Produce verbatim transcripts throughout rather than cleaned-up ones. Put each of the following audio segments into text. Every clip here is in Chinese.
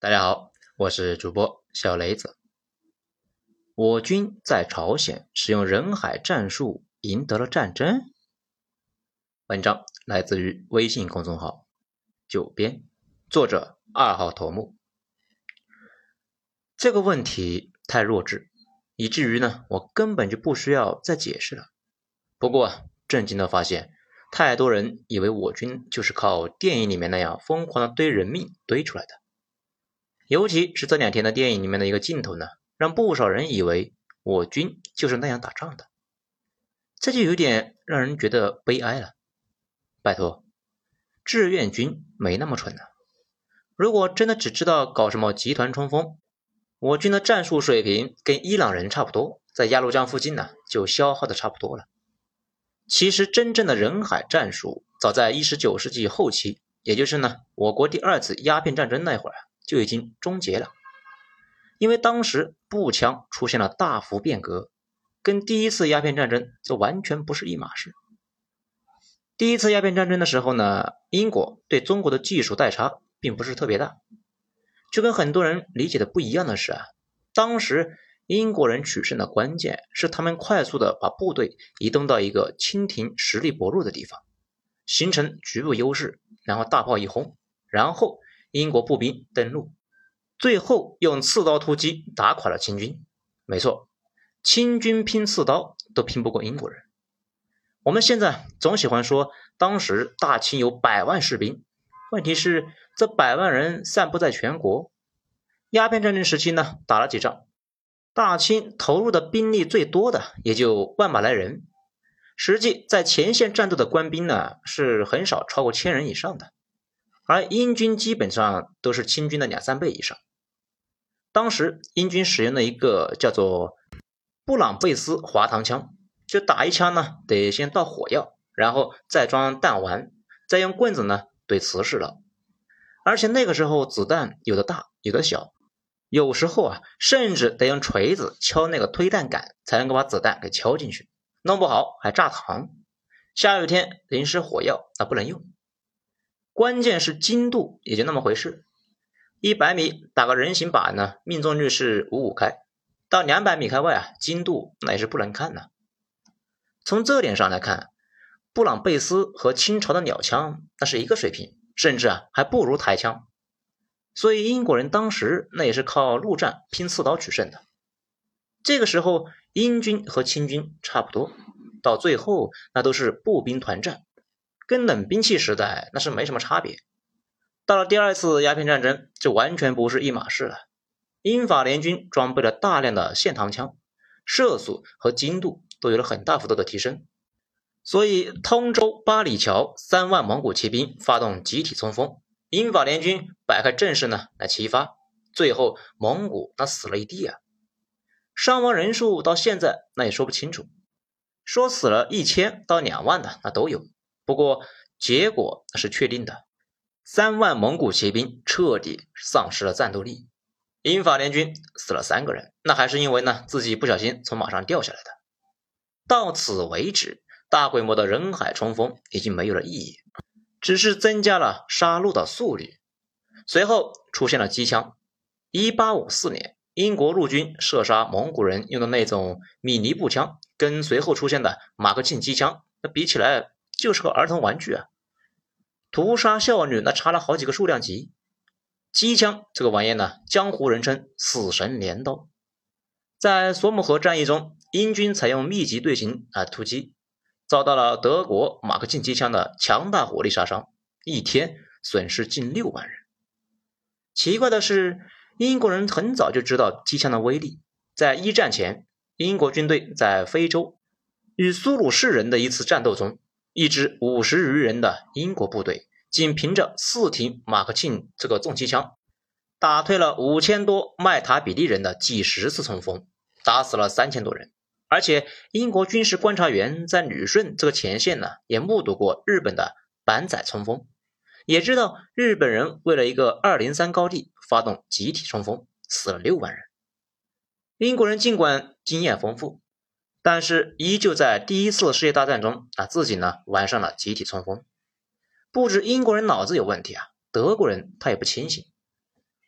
大家好，我是主播小雷子。我军在朝鲜使用人海战术赢得了战争。文章来自于微信公众号九编，作者二号头目。这个问题太弱智，以至于呢，我根本就不需要再解释了。不过震惊的发现，太多人以为我军就是靠电影里面那样疯狂的堆人命堆出来的。尤其是这两天的电影里面的一个镜头呢，让不少人以为我军就是那样打仗的，这就有点让人觉得悲哀了。拜托，志愿军没那么蠢呢。如果真的只知道搞什么集团冲锋，我军的战术水平跟伊朗人差不多，在鸭绿江附近呢就消耗的差不多了。其实真正的人海战术早在十九世纪后期，也就是呢我国第二次鸦片战争那会儿就已经终结了。因为当时步枪出现了大幅变革，跟第一次鸦片战争这完全不是一码事。第一次鸦片战争的时候呢，英国对中国的技术代差并不是特别大。就跟很多人理解的不一样的是啊，当时英国人取胜的关键是他们快速的把部队移动到一个清廷实力薄弱的地方，形成局部优势，然后大炮一轰，然后英国步兵登陆，最后用刺刀突击打垮了清军。没错，清军拼刺刀都拼不过英国人。我们现在总喜欢说当时大清有百万士兵，问题是这百万人散布在全国。鸦片战争时期呢，打了几仗，大清投入的兵力最多的也就万把来人，实际在前线战斗的官兵呢是很少超过千人以上的，而英军基本上都是清军的两三倍以上。当时英军使用了一个叫做布朗贝斯滑膛枪，就打一枪呢得先倒火药，然后再装弹丸，再用棍子呢怼瓷实了。而且那个时候子弹有的大有的小，有时候啊甚至得用锤子敲那个推弹杆才能够把子弹给敲进去，弄不好还炸膛，下雨天淋湿火药那不能用。关键是精度也就那么回事，一百米打个人形靶呢，命中率是五五开，到两百米开外啊，精度那也是不能看的。从这点上来看，布朗贝斯和清朝的鸟枪那是一个水平，甚至啊还不如台枪。所以英国人当时那也是靠陆战拼刺刀取胜的。这个时候英军和清军差不多，到最后那都是步兵团战，跟冷兵器时代那是没什么差别。到了第二次鸦片战争，就完全不是一码事了。英法联军装备了大量的线膛枪，射速和精度都有了很大幅度的提升。所以通州八里桥三万蒙古骑兵发动集体冲锋，英法联军摆开阵势呢来齐发，最后蒙古那死了一地啊。伤亡人数到现在那也说不清楚，说死了一千到两万的那都有，不过结果那是确定的，三万蒙古骑兵彻底丧失了战斗力。英法联军死了三个人，那还是因为呢自己不小心从马上掉下来的。到此为止，大规模的人海冲锋已经没有了意义，只是增加了杀戮的速率。随后出现了机枪。一八五四年，英国陆军射杀蒙古人用的那种米尼步枪，跟随后出现的马克沁机枪，那比起来就是个儿童玩具啊。屠杀效率那差了好几个数量级。机枪这个玩意呢，江湖人称死神镰刀。在索姆河战役中，英军采用密集队形来突击，遭到了德国马克沁机枪的强大火力杀伤，一天损失近六万人。奇怪的是，英国人很早就知道机枪的威力。在一战前，英国军队在非洲与苏鲁士人的一次战斗中，一支五十余人的英国部队仅凭着四挺马克沁这个重机枪，打退了五千多麦塔比利人的几十次冲锋，打死了三千多人。而且英国军事观察员在旅顺这个前线呢，也目睹过日本的板载冲锋，也知道日本人为了一个二零三高地发动集体冲锋，死了六万人。英国人尽管经验丰富，但是依旧在第一次世界大战中啊，自己呢玩上了集体冲锋。不止英国人脑子有问题啊，德国人他也不清醒。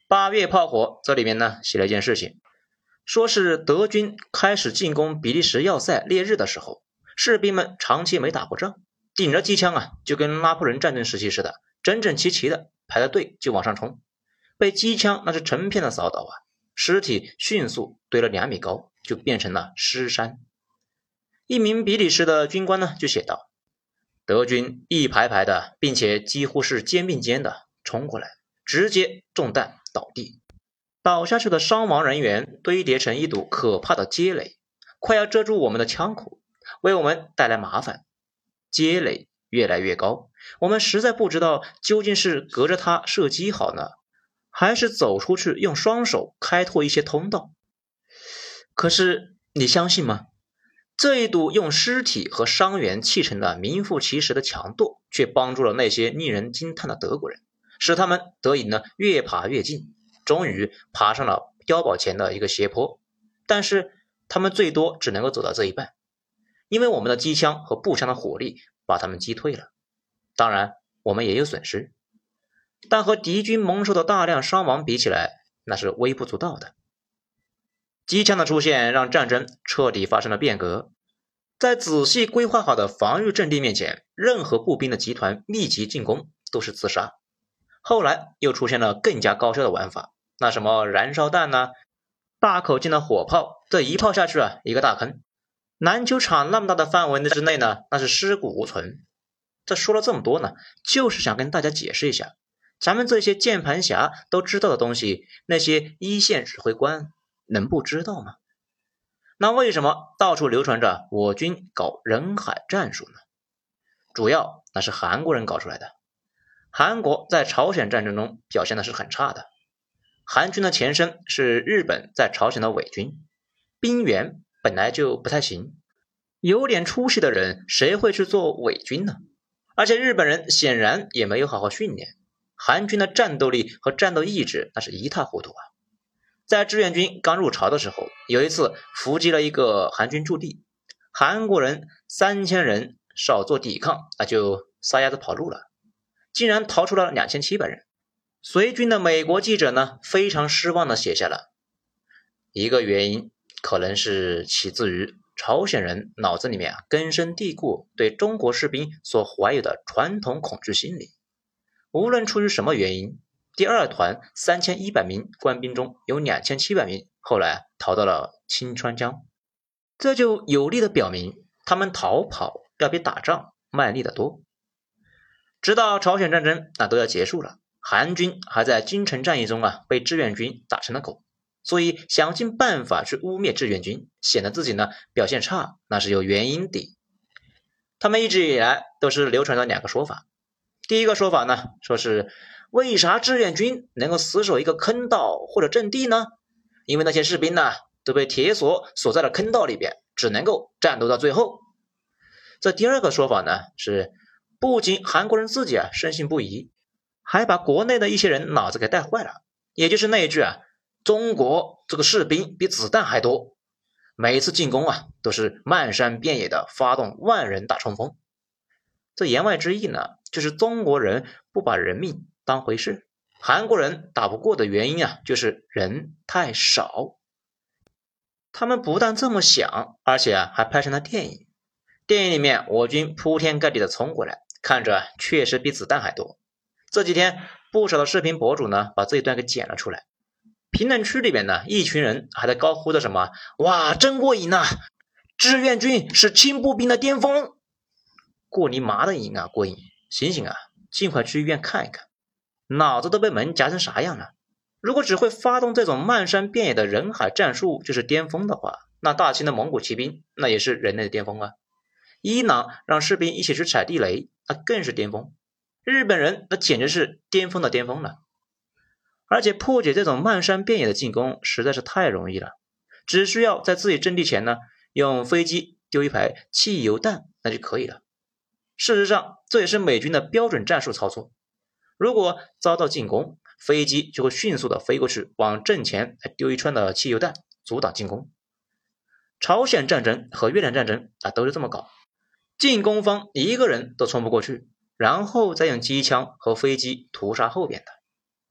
八月炮火这里面呢写了一件事情，说是德军开始进攻比利时要塞烈日的时候，士兵们长期没打过仗，顶着机枪啊，就跟拿破仑战争时期似的，整整齐齐的排着队就往上冲，被机枪那是成片的扫倒啊，尸体迅速堆了两米高，就变成了尸山。一名比利时的军官呢就写道，德军一排排的，并且几乎是肩并肩的冲过来，直接中弹倒地，倒下去的伤亡人员堆叠成一堵可怕的街垒，快要遮住我们的枪口，为我们带来麻烦。街垒越来越高，我们实在不知道究竟是隔着它射击好呢，还是走出去用双手开拓一些通道。可是你相信吗？这一堵用尸体和伤员砌成的名副其实的墙垛，却帮助了那些令人惊叹的德国人，使他们得以呢越爬越近，终于爬上了碉堡前的一个斜坡。但是他们最多只能够走到这一半，因为我们的机枪和步枪的火力把他们击退了。当然我们也有损失，但和敌军蒙受的大量伤亡比起来，那是微不足道的。机枪的出现让战争彻底发生了变革，在仔细规划好的防御阵地面前，任何步兵的集团密集进攻都是自杀。后来又出现了更加高效的玩法，那什么燃烧弹啊，大口径的火炮，这一炮下去啊，一个大坑，篮球场那么大的范围之内呢，那是尸骨无存。这说了这么多呢，就是想跟大家解释一下，咱们这些键盘侠都知道的东西，那些一线指挥官能不知道吗？那为什么到处流传着我军搞人海战术呢？主要那是韩国人搞出来的。韩国在朝鲜战争中表现的是很差的，韩军的前身是日本在朝鲜的伪军，兵源本来就不太行，有点出息的人谁会去做伪军呢？而且日本人显然也没有好好训练，韩军的战斗力和战斗意志那是一塌糊涂啊。在志愿军刚入朝的时候，有一次伏击了一个韩军驻地，韩国人三千人少做抵抗，那就撒丫子跑路了，竟然逃出了两千七百人。随军的美国记者呢，非常失望地写下了一个原因，可能是起自于朝鲜人脑子里面啊根深蒂固对中国士兵所怀有的传统恐惧心理。无论出于什么原因，第二团三千一百名官兵中有两千七百名后来逃到了清川江，这就有力地表明他们逃跑要比打仗卖力得多。直到朝鲜战争那都要结束了，韩军还在京城战役中啊被志愿军打成了狗，所以想尽办法去污蔑志愿军，显得自己呢表现差，那是有原因的。他们一直以来都是流传着两个说法，第一个说法呢，说是为啥志愿军能够死守一个坑道或者阵地呢？因为那些士兵呢都被铁锁锁在了坑道里边，只能够战斗到最后。这第二个说法呢，是不仅韩国人自己啊深信不疑，还把国内的一些人脑子给带坏了，也就是那一句啊，中国这个士兵比子弹还多，每一次进攻啊都是漫山遍野的发动万人大冲锋。这言外之意呢，就是中国人不把人命当回事，韩国人打不过的原因啊，就是人太少。他们不但这么想，而且啊还拍成了电影。电影里面我军铺天盖地的冲过来，看着确实比子弹还多。这几天不少的视频博主呢把这一段给剪了出来，评论区里面呢一群人还在高呼着什么，哇真过瘾啊，志愿军是轻步兵的巅峰。过你妈的瘾啊，过瘾，醒醒啊，尽快去医院看一看，脑子都被门夹成啥样了。如果只会发动这种漫山遍野的人海战术就是巅峰的话，那大清的蒙古骑兵那也是人类的巅峰啊。伊朗让士兵一起去踩地雷，那更是巅峰。日本人那简直是巅峰的巅峰了。而且破解这种漫山遍野的进攻实在是太容易了，只需要在自己阵地前呢用飞机丢一排汽油弹那就可以了。事实上这也是美军的标准战术操作，如果遭到进攻，飞机就会迅速的飞过去，往阵前丢一串的汽油弹阻挡进攻。朝鲜战争和越南战争啊都是这么搞，进攻方一个人都冲不过去，然后再用机枪和飞机屠杀后边的。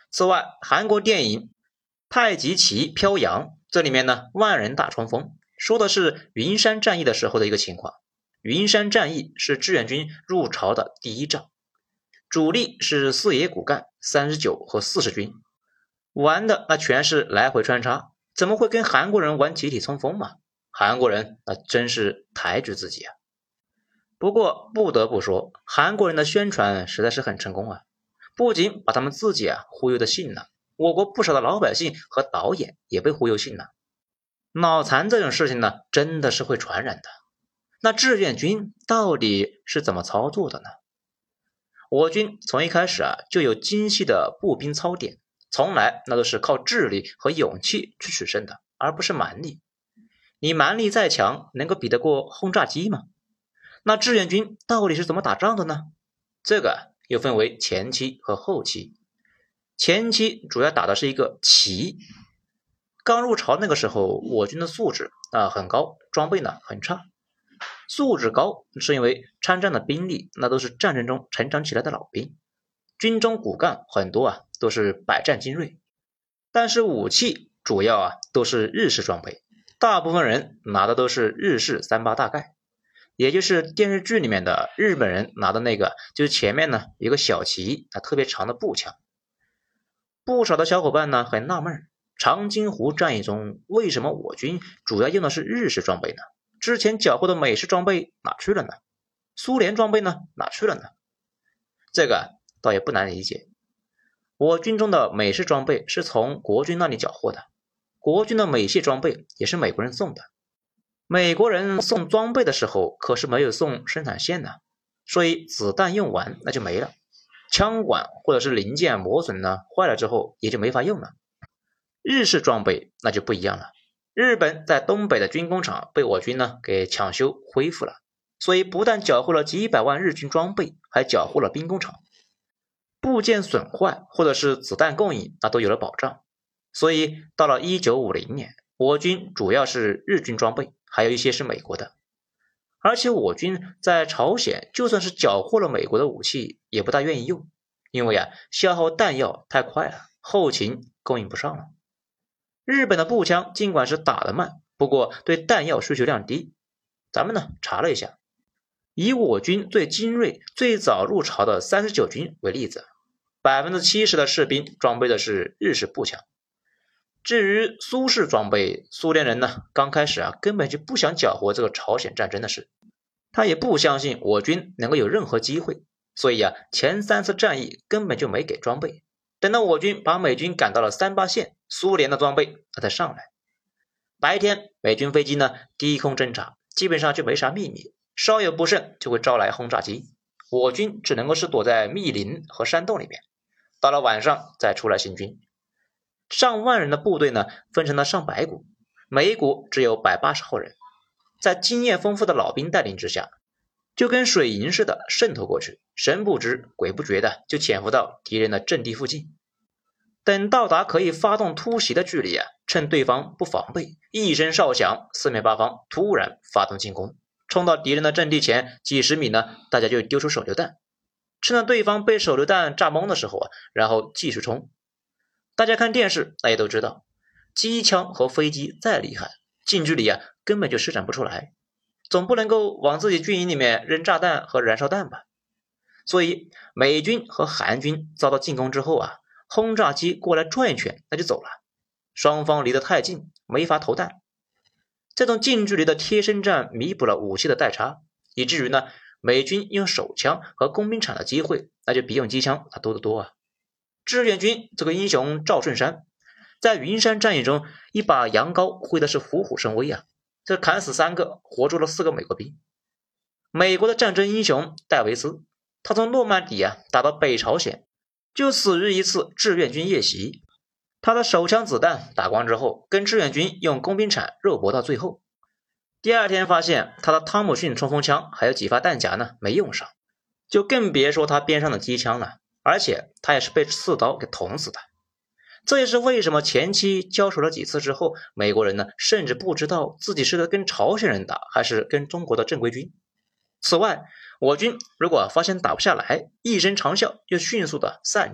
此外，韩国电影《太极旗飘扬》这里面呢，万人大冲锋，说的是云山战役的时候的一个情况。云山战役是志愿军入朝的第一仗，主力是四野骨干、三十九和四十军，玩的那全是来回穿插，怎么会跟韩国人玩集体冲锋嘛？韩国人那真是抬举自己啊！不过不得不说，韩国人的宣传实在是很成功啊，不仅把他们自己啊忽悠的信了，我国不少的老百姓和导演也被忽悠信了。脑残这种事情呢，真的是会传染的。那志愿军到底是怎么操作的呢？我军从一开始啊就有精细的步兵操点，从来那都是靠智力和勇气去取胜的，而不是蛮力。你蛮力再强，能够比得过轰炸机吗？那志愿军到底是怎么打仗的呢？这个又分为前期和后期。前期主要打的是一个旗。刚入朝那个时候，我军的素质啊很高，装备呢很差。素质高是因为参战的兵力那都是战争中成长起来的老兵，军中骨干很多啊都是百战精锐，但是武器主要啊都是日式装备，大部分人拿的都是日式三八大盖，也就是电视剧里面的日本人拿的那个，就是前面呢有个小旗啊特别长的步枪。不少的小伙伴呢很纳闷，长津湖战役中为什么我军主要用的是日式装备呢？之前缴获的美式装备哪去了呢？苏联装备呢哪去了呢？这个倒也不难理解，我军中的美式装备是从国军那里缴获的，国军的美系装备也是美国人送的。美国人送装备的时候可是没有送生产线的，所以子弹用完那就没了，枪管或者是零件磨损呢，坏了之后也就没法用了。日式装备那就不一样了，日本在东北的军工厂被我军呢给抢修恢复了，所以不但缴获了几百万日军装备，还缴获了兵工厂，部件损坏或者是子弹供应那都有了保障。所以到了一九五零年，我军主要是日军装备，还有一些是美国的。而且我军在朝鲜就算是缴获了美国的武器，也不大愿意用，因为啊消耗弹药太快了，后勤供应不上了。日本的步枪尽管是打得慢，不过对弹药需求量低。咱们呢查了一下，以我军最精锐最早入朝的三十九军为例子， 百分之七十 的士兵装备的是日式步枪。至于苏式装备，苏联人呢刚开始啊根本就不想搅和这个朝鲜战争的事，他也不相信我军能够有任何机会，所以啊前三次战役根本就没给装备。等到我军把美军赶到了三八线，苏联的装备才上来。白天美军飞机呢低空侦察，基本上就没啥秘密，稍有不慎就会招来轰炸机，我军只能够是躲在密林和山洞里面，到了晚上再出来行军。上万人的部队呢分成了上百股，每一股只有一百八十号人，在经验丰富的老兵带领之下，就跟水银似的渗透过去，神不知鬼不觉的就潜伏到敌人的阵地附近。等到达可以发动突袭的距离啊，趁对方不防备，一声哨响，四面八方突然发动进攻，冲到敌人的阵地前几十米呢，大家就丢出手榴弹，趁着对方被手榴弹炸懵的时候啊，然后继续冲。大家看电视大家都知道，机枪和飞机再厉害，近距离啊根本就施展不出来，总不能够往自己军营里面扔炸弹和燃烧弹吧。所以美军和韩军遭到进攻之后啊，轰炸机过来转一圈那就走了，双方离得太近，没法投弹。这种近距离的贴身战弥补了武器的代差，以至于呢美军用手枪和工兵铲的机会那就比用机枪多得多啊。志愿军这个英雄赵顺山在云山战役中一把羊羔挥的是虎虎生威啊，这砍死三个，活捉了四个美国兵。美国的战争英雄戴维斯，他从诺曼底啊打到北朝鲜，就死于一次志愿军夜袭。他的手枪子弹打光之后，跟志愿军用工兵铲肉搏到最后。第二天发现他的汤姆逊冲锋枪还有几发弹夹呢没用上，就更别说他边上的机枪了，而且他也是被刺刀给捅死的。这也是为什么前期交手了几次之后，美国人呢甚至不知道自己是跟朝鲜人打还是跟中国的正规军。此外，我军如果发现打不下来，一声长啸就迅速的散去了，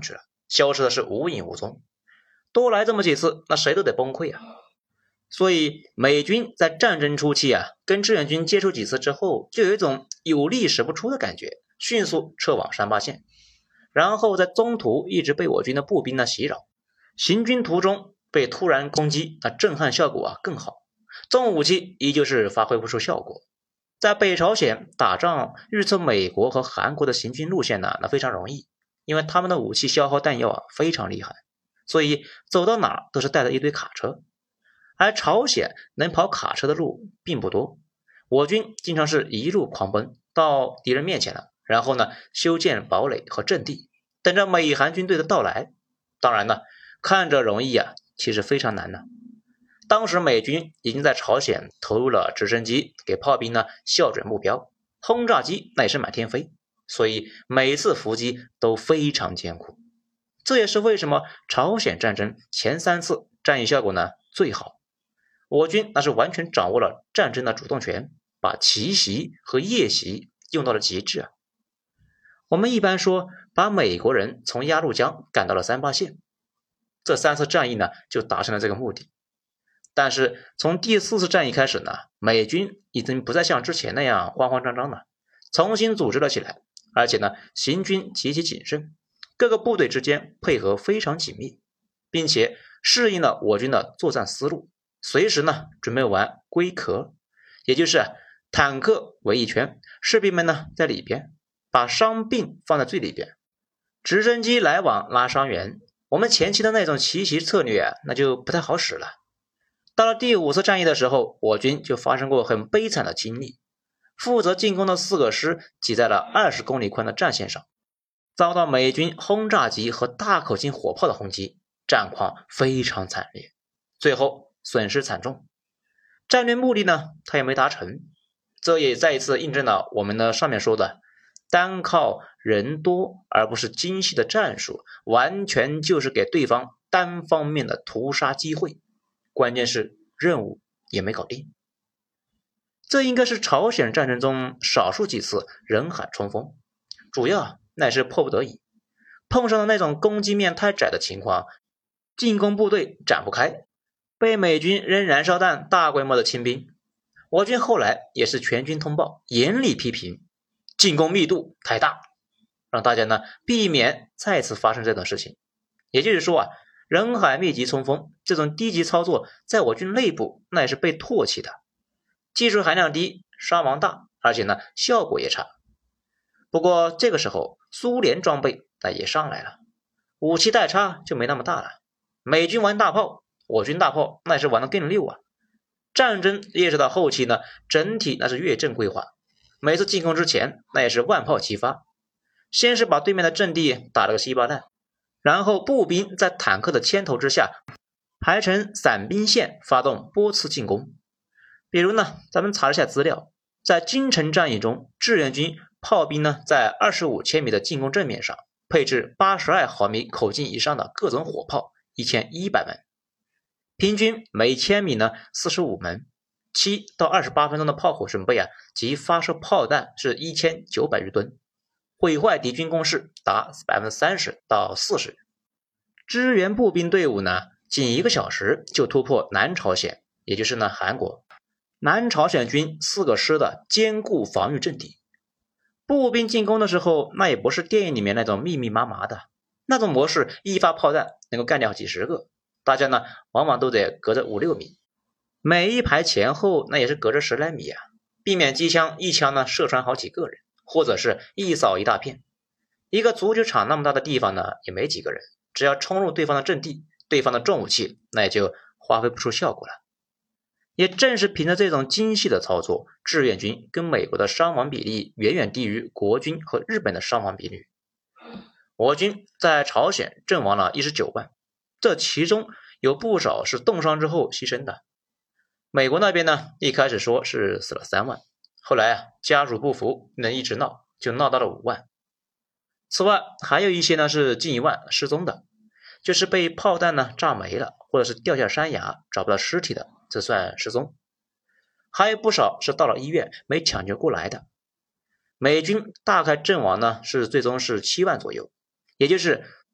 消失的是无影无踪。多来这么几次，那谁都得崩溃啊。所以美军在战争初期啊，跟志愿军接触几次之后，就有一种有力使不出的感觉，迅速撤往三八线，然后在中途一直被我军的步兵呢袭扰，行军途中被突然攻击，那震撼效果啊更好。重武器依旧是发挥不出效果。在北朝鲜打仗，预测美国和韩国的行军路线呢，那非常容易，因为他们的武器消耗弹药啊非常厉害，所以走到哪都是带着一堆卡车。而朝鲜能跑卡车的路并不多，我军经常是一路狂奔到敌人面前了，然后呢修建堡垒和阵地，等着美韩军队的到来。当然呢，看着容易啊，其实非常难呢。当时美军已经在朝鲜投入了直升机，给炮兵呢校准目标，轰炸机那也是满天飞，所以每次伏击都非常艰苦。这也是为什么朝鲜战争前三次战役效果呢最好。我军那是完全掌握了战争的主动权，把奇袭和夜袭用到了极致啊。我们一般说把美国人从鸭绿江赶到了三八线，这三次战役呢就达成了这个目的。但是从第四次战役开始呢，美军已经不再像之前那样慌慌张张了，重新组织了起来，而且呢行军极其谨慎，各个部队之间配合非常紧密，并且适应了我军的作战思路，随时呢准备玩龟壳，也就是坦克围一圈，士兵们呢在里边，把伤病放在最里边，直升机来往拉伤员。我们前期的那种奇袭策略啊，那就不太好使了。到了第五次战役的时候，我军就发生过很悲惨的经历。负责进攻的四个师挤在了二十公里宽的战线上，遭到美军轰炸机和大口径火炮的轰击，战况非常惨烈，最后损失惨重。战略目的呢，它也没达成。这也再一次印证了我们的上面说的，单靠人多而不是精细的战术，完全就是给对方单方面的屠杀机会。关键是任务也没搞定。这应该是朝鲜战争中少数几次人海冲锋，主要乃是迫不得已，碰上了那种攻击面太窄的情况，进攻部队展不开，被美军扔燃烧弹大规模的清兵。我军后来也是全军通报，严厉批评进攻密度太大，让大家呢避免再次发生这种事情。也就是说啊，人海密集冲锋这种低级操作在我军内部那也是被唾弃的，技术含量低，伤亡大，而且呢效果也差。不过这个时候苏联装备那也上来了，武器代差就没那么大了。美军玩大炮，我军大炮那也是玩得更溜啊。战争越是到后期呢，整体那是越阵规划，每次进攻之前那也是万炮齐发，先是把对面的阵地打了个稀巴烂，然后步兵在坦克的牵头之下排成散兵线发动波次进攻。比如呢，咱们查了一下资料，在京城战役中，志愿军炮兵呢在二十五千米的进攻正面上配置八十二毫米口径以上的各种火炮一千一百门，平均每千米呢四十五门，七到二十八分钟的炮火准备啊及发射炮弹是一千九百余吨，毁坏敌军攻势达 百分之三十到四十。 支援步兵队伍呢仅一个小时就突破南朝鲜，也就是呢韩国南朝鲜军四个师的坚固防御阵地。步兵进攻的时候，那也不是电影里面那种密密麻麻的，那种模式一发炮弹能够干掉几十个，大家呢往往都得隔着五六米，每一排前后那也是隔着十来米啊，避免机枪一枪呢射穿好几个人，或者是一扫一大片。一个足球场那么大的地方呢也没几个人，只要冲入对方的阵地，对方的重武器那也就发挥不出效果了。也正是凭着这种精细的操作，志愿军跟美国的伤亡比例远远低于国军和日本的伤亡比率。我军在朝鲜阵亡了一十九万，这其中有不少是冻伤之后牺牲的。美国那边呢，一开始说是死了三万，后来啊家属不服，能一直闹，就闹到了五万。此外还有一些呢是近一万失踪的，就是被炮弹呢炸没了，或者是掉下山崖找不到尸体的，这算失踪。还有不少是到了医院没抢救过来的。美军大概阵亡呢是最终是七万左右，也就是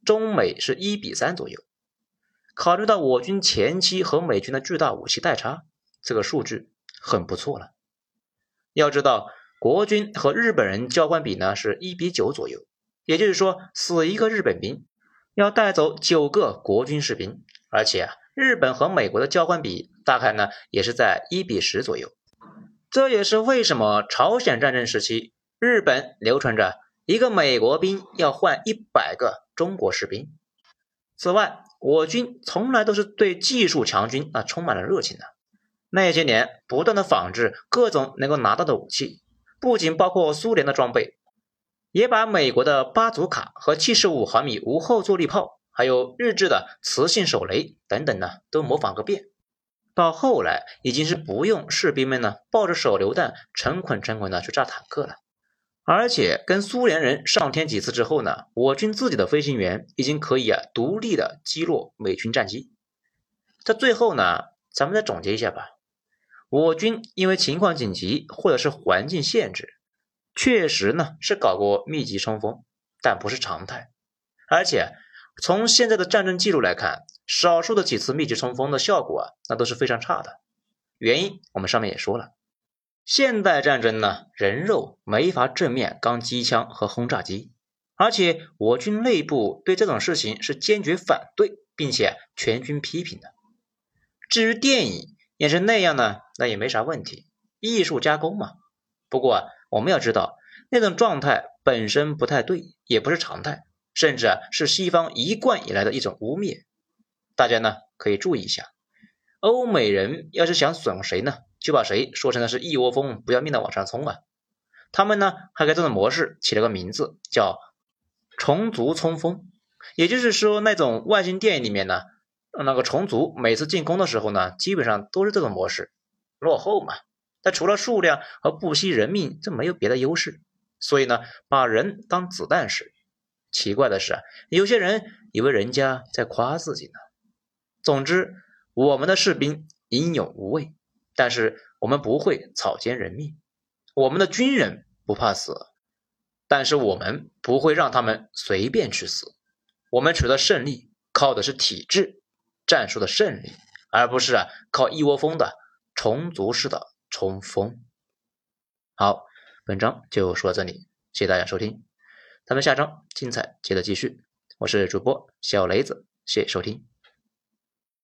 中美是一比三左右。考虑到我军前期和美军的巨大武器代差，这个数据很不错了。要知道，国军和日本人交换比呢是一比九左右，也就是说死一个日本兵要带走九个国军士兵，而且啊，日本和美国的交换比大概呢也是在一比十左右。这也是为什么朝鲜战争时期日本流传着一个美国兵要换一百个中国士兵。此外，我军从来都是对技术强军啊充满了热情的。那些年不断的仿制各种能够拿到的武器，不仅包括苏联的装备，也把美国的巴祖卡和七十五毫米无后坐力炮，还有日制的磁性手雷等等呢，都模仿个遍。到后来已经是不用士兵们呢抱着手榴弹成捆成捆的去炸坦克了。而且跟苏联人上天几次之后呢，我军自己的飞行员已经可以啊独立的击落美军战机。在最后呢，咱们再总结一下吧。我军因为情况紧急或者是环境限制，确实呢是搞过密集冲锋，但不是常态。而且从现在的战争记录来看，少数的几次密集冲锋的效果啊，那都是非常差的。原因我们上面也说了。现代战争呢，人肉没法正面刚机枪和轰炸机，而且我军内部对这种事情是坚决反对，并且全军批评的。至于电影也是那样呢，那也没啥问题，艺术加工嘛。不过啊，我们要知道那种状态本身不太对，也不是常态，甚至啊是西方一贯以来的一种污蔑。大家呢可以注意一下，欧美人要是想损谁呢，就把谁说成的是一窝蜂不要命的往上冲啊。他们呢还给这种模式起了个名字叫虫族冲锋，也就是说那种外星电影里面呢，那个虫族每次进攻的时候呢，基本上都是这种模式，落后嘛，但除了数量和不惜人命，这没有别的优势，所以呢把人当子弹使。奇怪的是，有些人以为人家在夸自己呢。总之，我们的士兵英勇无畏，但是我们不会草菅人命。我们的军人不怕死，但是我们不会让他们随便去死。我们取得胜利靠的是体制战术的胜利，而不是啊靠一窝蜂的虫族式的冲锋。好，本章就说到这里，谢谢大家收听，咱们下章精彩接着继续。我是主播小雷子，谢谢收听。